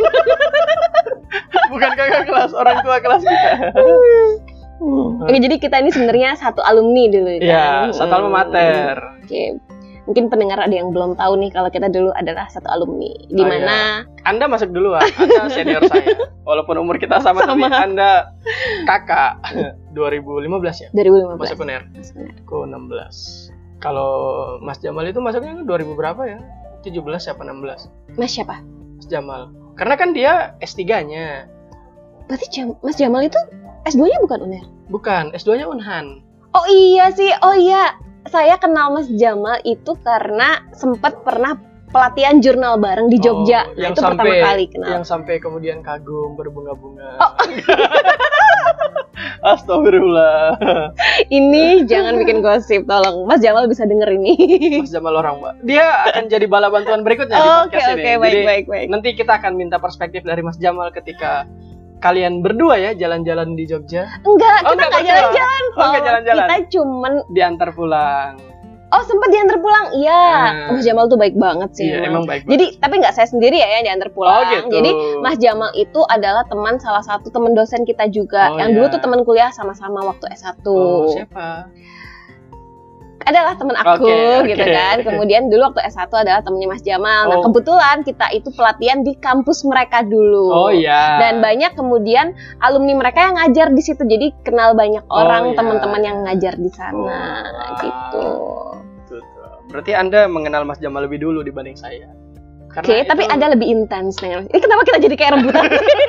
Bukan kakak kelas, orang tua kelas kita. Oke, jadi kita ini sebenarnya satu alumni dulu kan? Iya, satu alma mater. Oke. Mungkin pendengar ada yang belum tahu nih kalau kita dulu adalah satu alumni. Di mana Anda masuk duluan, Anda senior saya. Walaupun umur kita sama. Tapi Anda kakak. 2015 ya? 2015. Masuk UNER. Aku 16. Kalau Mas Jamal itu masuknya 2000 berapa ya? 17 apa 16? Mas siapa? Mas Jamal. Karena kan dia S3-nya. Berarti Mas Jamal itu S2-nya bukan UNER? Bukan, S2-nya Unhan. Oh iya sih, oh iya. Saya kenal Mas Jamal itu karena sempat pernah pelatihan jurnal bareng di Jogja. Nah, itu pertama kali kenal. Yang sampai kemudian kagum berbunga-bunga. Astagfirullah. Ini jangan bikin gosip, tolong. Mas Jamal bisa denger ini. Mas Jamal orang Mbak. Dia akan jadi bala bantuan berikutnya di podcast ini. Oke, baik. Nanti kita akan minta perspektif dari Mas Jamal ketika kalian berdua ya jalan-jalan di Jogja. Enggak, kita enggak jalan-jalan. Enggak jalan-jalan. Kita cuman diantar pulang. Oh, sempat diantar pulang. Iya. Mas Jamal tuh baik banget sih. Iya, emang baik banget. Jadi, tapi nggak saya sendiri ya yang diantar pulang. Oh, gitu. Jadi, Mas Jamal itu adalah salah satu teman dosen kita juga. Yang dulu tuh teman kuliah sama-sama waktu S1. Oh, siapa? Adalah teman aku gitu kan. Kemudian dulu waktu S1 adalah temennya Mas Jamal. Nah, kebetulan kita itu pelatihan di kampus mereka dulu. Oh iya. Dan banyak kemudian alumni mereka yang ngajar di situ. Jadi kenal banyak orang, teman-teman yang ngajar di sana gitu. Berarti Anda mengenal Mas Jamal lebih dulu dibanding saya. Oke, tapi ada lebih intens nih. Ini kenapa kita jadi kayak rebutan?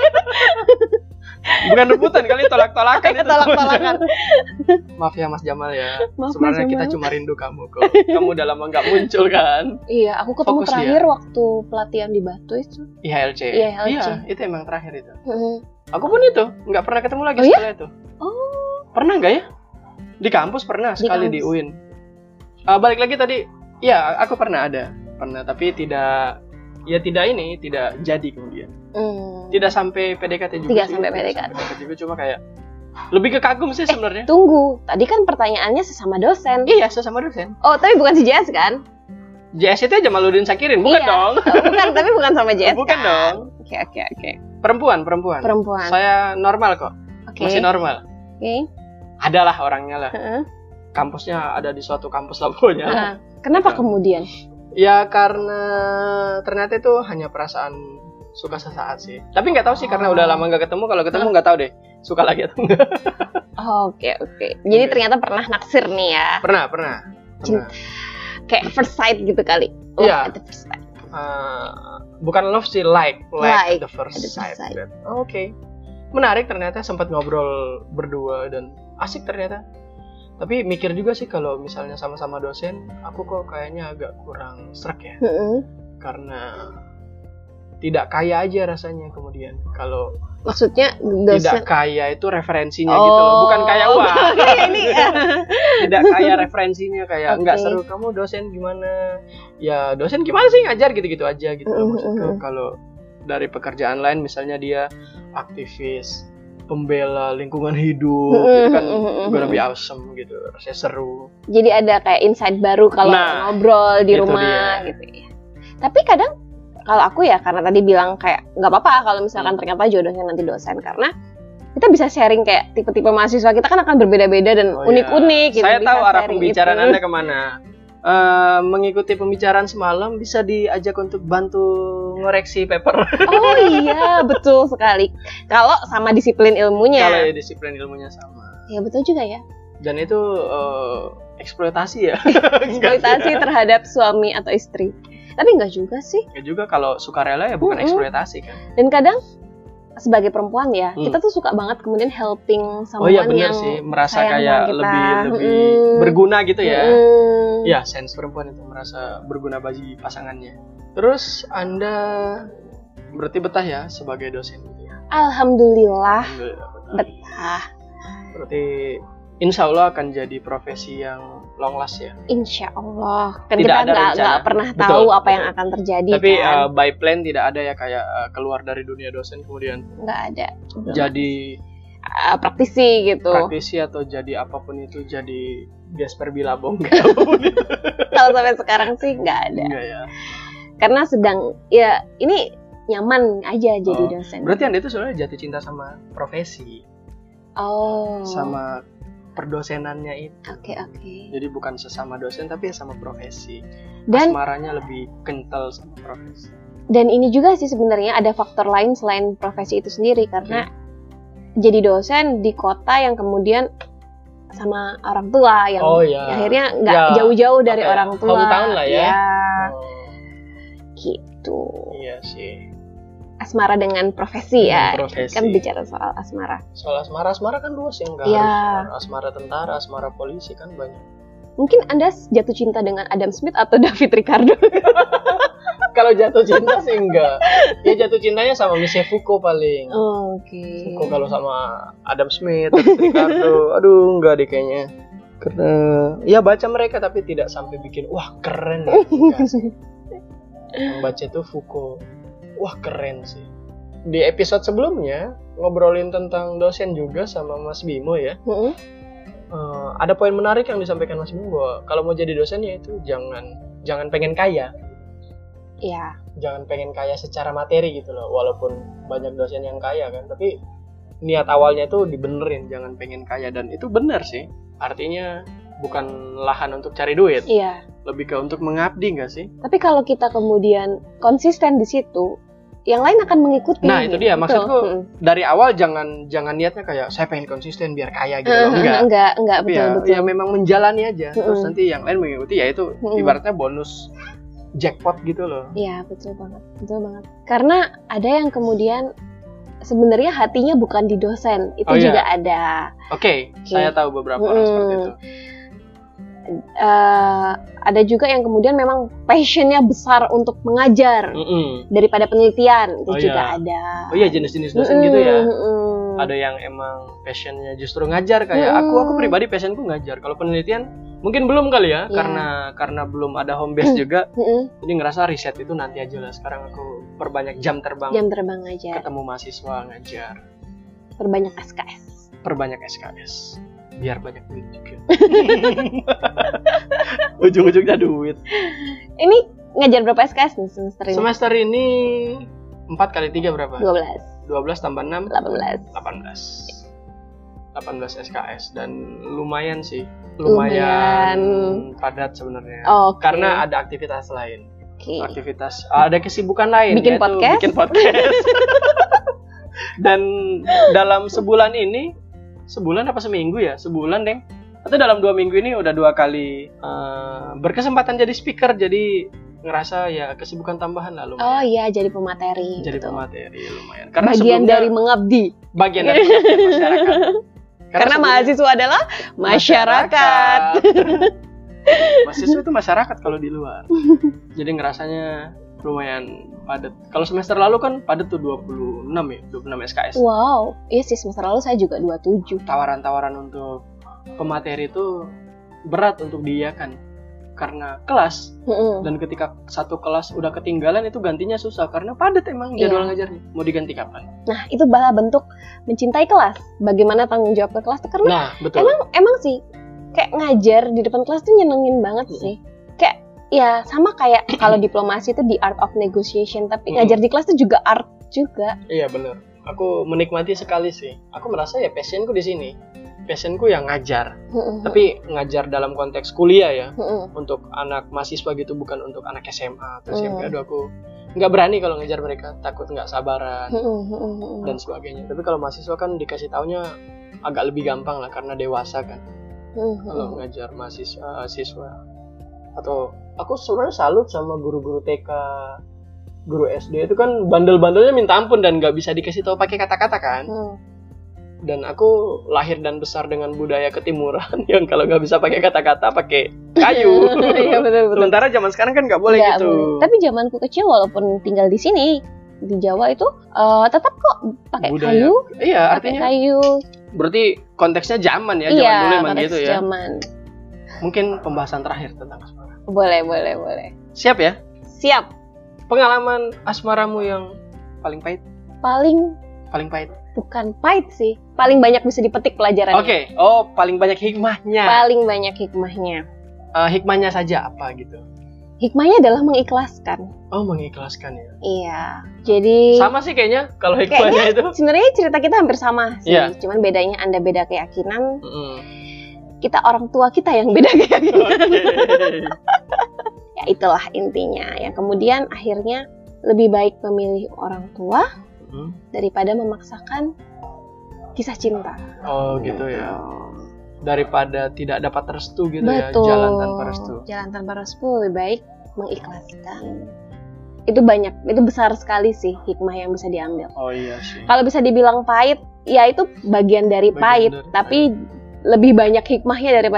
Bukan rebutan kali, tolak-tolakan itu. Tolak-tolakan. Maaf ya Mas Jamal ya. Maaf, sebenarnya kita cuma rindu kamu kok. Kamu udah lama nggak muncul kan? Iya, aku ketemu terakhir waktu pelatihan di Batu itu. IHLC. Iya, itu emang terakhir itu. Aku pun itu nggak pernah ketemu lagi setelah itu. Oh. Pernah nggak ya? Di kampus pernah sekali di UIN. Balik lagi tadi, ya aku pernah tapi tidak jadi kemudian. Tidak sampai PDKT juga. Tidak sampai PDKT juga, cuma kayak lebih ke kagum sih sebenarnya. Tunggu, tadi kan pertanyaannya sesama dosen. Iya, sesama dosen. Oh, tapi bukan si JS kan? JS itu Jamaluddin Sakirin, bukan dong? Bukan, tapi bukan sama JS. Bukan kan? dong. Oke. Perempuan. Saya normal kok. Masih normal. Oke. Adalah orangnya lah. Kampusnya ada di suatu kampus lah pokoknya. Kenapa kemudian? Ya karena ternyata itu hanya perasaan suka sesaat sih. Tapi nggak tahu sih karena udah lama nggak ketemu. Kalau ketemu nggak tahu deh suka lagi atau enggak. Oke. Jadi ternyata pernah naksir nih ya? Pernah. Kayak first sight gitu kali. Iya. Bukan love sih, like at the first sight. Oke. Menarik ternyata, sempat ngobrol berdua dan asik ternyata. Tapi mikir juga sih kalau misalnya sama-sama dosen, aku kok kayaknya agak kurang srek ya. Karena tidak kaya aja rasanya kemudian. Kalau maksudnya dosen tidak kaya itu referensinya gitu loh, bukan kaya uang. Tidak kaya referensinya, kayak nggak seru. Kamu dosen gimana? Ya dosen gimana sih, ngajar gitu-gitu aja gitu loh. Maksudku kalau dari pekerjaan lain misalnya dia aktivis pembela lingkungan hidup, itu kan juga lebih awesome gitu, rasanya seru. Jadi ada kayak insight baru kalau ngobrol di rumah gitu ya. Tapi kadang kalau aku ya, karena tadi bilang kayak nggak apa-apa kalau misalkan ternyata jodohnya nanti dosen, karena kita bisa sharing kayak tipe-tipe mahasiswa kita kan akan berbeda-beda dan unik-unik. Gitu. Saya tahu arah pembicaraan Anda kemana. Mengikuti pembicaraan semalam bisa diajak untuk bantu ngoreksi paper. Oh iya, betul sekali. Kalau sama disiplin ilmunya. Kalau disiplin ilmunya sama. Ya betul juga ya. Dan itu eksploitasi ya. Eksploitasi terhadap suami atau istri. Tapi enggak juga sih. Enggak juga, kalau sukarela ya bukan eksploitasi kan. Dan kadang sebagai perempuan ya, kita tuh suka banget kemudian helping someone yang sih, merasa kayak lebih berguna gitu ya. Ya, sense perempuan itu merasa berguna bagi pasangannya. Terus Anda berarti betah ya sebagai dosen gitu ya? Alhamdulillah betah. Berarti insya Allah akan jadi profesi yang long last ya? Insya Allah. Kan tidak kita nggak pernah tahu apa yang akan terjadi. Tapi kan? By plan tidak ada ya kayak keluar dari dunia dosen kemudian? Nggak ada. Jadi praktisi gitu. Praktisi atau jadi apapun itu, jadi Gasper Bilabong apapun itu. Kalau sampai sekarang sih nggak ada. Enggak ya. Karena sedang ya ini nyaman aja jadi dosen. Berarti Anda itu sebenarnya jatuh cinta sama profesi. Sama perdosenannya itu. Oke. Jadi bukan sesama dosen tapi sama profesi. Dan asmaranya lebih kental sama profesi. Dan ini juga sih sebenarnya ada faktor lain selain profesi itu sendiri, karena jadi dosen di kota yang kemudian sama orang tua yang akhirnya nggak jauh-jauh dari orang tua. Hometown lah ya. Gitu. Iya sih. Asmara dengan profesi ya. Profesi. Kan bicara soal asmara. Soal asmara kan luas ya, nggak harus asmara tentara, asmara polisi kan banyak. Mungkin Anda jatuh cinta dengan Adam Smith atau David Ricardo? Kalau jatuh cinta sih enggak. Ya jatuh cintanya sama Michel Foucault paling. Oh, oke. Foucault kalau sama Adam Smith, David Ricardo, aduh enggak deh kayaknya. Karena ya baca mereka tapi tidak sampai bikin wah keren ya. Enggak sih. Yang baca itu Foucault. Wah keren sih. Di episode sebelumnya ngobrolin tentang dosen juga sama Mas Bimo ya. Ada poin menarik yang disampaikan Mas Bimo bahwa kalau mau jadi dosen ya itu jangan pengen kaya. Iya. Jangan pengen kaya secara materi gitu loh. Walaupun banyak dosen yang kaya kan, tapi niat awalnya tuh dibenerin, jangan pengen kaya, dan itu benar sih. Artinya bukan lahan untuk cari duit. Iya. Lebih ke untuk mengabdi nggak sih? Tapi kalau kita kemudian konsisten di situ, yang lain akan mengikuti. Nah, itu dia maksudku. Dari awal jangan niatnya kayak saya pengen konsisten biar kaya gitu loh. Enggak, betul. Ya memang menjalani aja. Terus nanti yang lain mengikuti, ya itu ibaratnya bonus jackpot gitu loh. Iya, betul banget. Karena ada yang kemudian sebenarnya hatinya bukan di dosen, itu juga ada. Oke. Saya tahu beberapa orang seperti itu. Ada juga yang kemudian memang passionnya besar untuk mengajar daripada penelitian, itu juga ada. Oh iya, jenis-jenis dosen gitu ya. Ada yang emang passionnya justru ngajar, kayak aku pribadi passionku ngajar. Kalau penelitian mungkin belum kali ya, karena belum ada home base juga. Jadi ngerasa riset itu nanti aja lah. Sekarang aku perbanyak jam terbang aja. Ketemu mahasiswa ngajar. Perbanyak SKS. Biar banyak duit juga. Ujung-ujungnya duit. Ini ngajar berapa SKS nih semester ini? Semester ini 4 kali 3 berapa? 12 tambah 6 18 SKS, dan lumayan sih. Lumayan padat sebenarnya. Karena ada aktivitas lain. Ada kesibukan lain, bikin podcast. Dan dalam sebulan ini, sebulan apa seminggu ya? Sebulan deh. Atau dalam 2 minggu ini udah 2 kali berkesempatan jadi speaker, jadi ngerasa ya kesibukan tambahan lah lumayan. Oh iya, jadi pemateri. Pemateri lumayan. Karena bagian dari mengabdi. Bagian dari masyarakat. Karena mahasiswa adalah masyarakat. Mahasiswa itu masyarakat kalau di luar. Jadi ngerasanya lumayan padat. Kalau semester lalu kan padat tuh 26 SKS. Wow, iya sih, semester lalu saya juga 27. Tawaran-tawaran untuk pemateri itu berat untuk diiyakan karena kelas. Dan ketika satu kelas udah ketinggalan itu gantinya susah karena padat emang jadwal ngajarnya. Mau diganti kapan? Nah, itu malah bentuk mencintai kelas. Bagaimana tanggung jawab ke kelas tuh, karena emang sih kayak ngajar di depan kelas tuh nyenengin banget sih. Kayak ya sama kayak kalau diplomasi itu di art of negotiation, tapi ngajar di kelas itu juga art juga. Iya benar. Aku menikmati sekali sih. Aku merasa ya passionku di sini. Passionku yang ngajar. Tapi ngajar dalam konteks kuliah ya. Untuk anak mahasiswa gitu, bukan untuk anak SMA atau SMP. Aduh, aku nggak berani kalau ngajar mereka, takut nggak sabaran dan sebagainya. Tapi kalau mahasiswa kan dikasih taunya agak lebih gampang lah karena dewasa kan. Kalau ngajar siswa. Atau aku sebenarnya salut sama guru-guru TK, guru SD itu kan bandel-bandelnya minta ampun dan nggak bisa dikasih tahu pakai kata-kata kan. Dan aku lahir dan besar dengan budaya ketimuran yang kalau nggak bisa pakai kata-kata pakai kayu. Iya betul. Sementara zaman sekarang kan nggak boleh gitu. Tapi zamanku kecil walaupun tinggal di sini di Jawa itu tetap kok pakai kayu. Iya, artinya kayu. Berarti konteksnya zaman ya, zaman dulu emang gitu ya. Zaman. Mungkin pembahasan terakhir tentang asmara. Boleh. Siap ya? Siap. Pengalaman asmaramu yang paling pahit? Paling pahit. Bukan pahit sih, paling banyak bisa dipetik pelajarannya. Oke. Paling banyak hikmahnya. Hikmahnya saja apa gitu? Hikmahnya adalah mengikhlaskan. Oh, mengikhlaskan ya. Iya. Jadi sama sih kayaknya kalau hikmahnya itu. Sebenarnya cerita kita hampir sama sih. Yeah. Cuman bedanya Anda beda keyakinan. Kita orang tua kita yang beda keyakinan. Okay. Ya itulah intinya. Yang kemudian akhirnya lebih baik memilih orang tua daripada memaksakan kisah cinta. Oh gitu ya. Daripada tidak dapat restu gitu. Betul. Ya, jalan tanpa restu lebih baik mengikhlaskan. Itu besar sekali sih hikmah yang bisa diambil. Oh iya sih. Kalau bisa dibilang pahit, ya itu bagian dari pahit, tapi lebih banyak hikmahnya daripada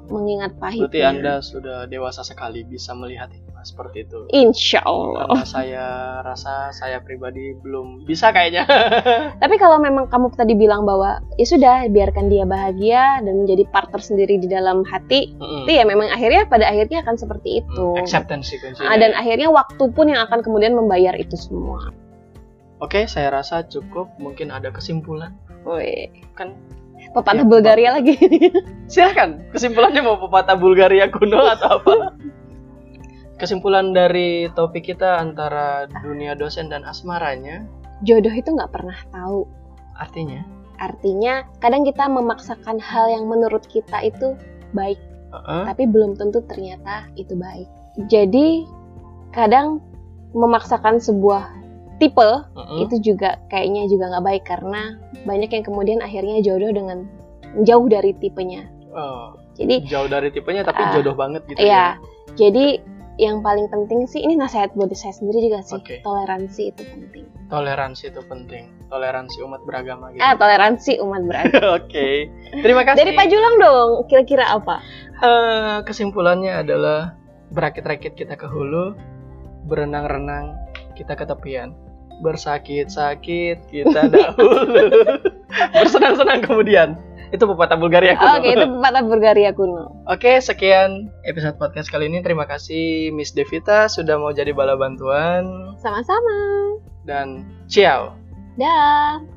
mengingat pahitnya. Berarti Anda sudah dewasa sekali bisa melihat seperti itu. Insya Allah. Karena saya rasa saya pribadi belum bisa kayaknya. Tapi kalau memang kamu tadi bilang bahwa ya sudah biarkan dia bahagia dan menjadi partner sendiri di dalam hati, itu ya memang pada akhirnya akan seperti itu. Acceptance kuncinya. Dan akhirnya waktu pun yang akan kemudian membayar itu semua. Oke, saya rasa cukup. Mungkin ada kesimpulan. Woi, kan pepatah Bulgaria lagi. Silakan. Kesimpulannya mau pepatah Bulgaria kuno atau apa? Kesimpulan dari topik kita antara dunia dosen dan asmaranya, jodoh itu nggak pernah tahu. Artinya kadang kita memaksakan hal yang menurut kita itu baik, tapi belum tentu ternyata itu baik. Jadi kadang memaksakan sebuah tipe itu juga kayaknya juga nggak baik, karena banyak yang kemudian akhirnya jodoh dengan jauh dari tipenya. Jadi jauh dari tipenya tapi jodoh banget gitu ya. Jadi yang paling penting sih, ini nasihat buat saya sendiri juga sih, toleransi itu penting. Toleransi itu penting. Toleransi umat beragama gitu. Toleransi umat beragama. Oke. Terima kasih. Dari Pak Julang dong, kira-kira apa? Kesimpulannya adalah berakit-rakit kita ke hulu, berenang-renang kita ke tepian, bersakit-sakit kita dahulu, bersenang-senang kemudian. Itu pepatah Bulgaria kuno. Oke, itu pepatah Bulgaria kuno. Oke, sekian episode podcast kali ini. Terima kasih Miss Devita sudah mau jadi bala bantuan. Sama-sama. Dan ciao. Dah.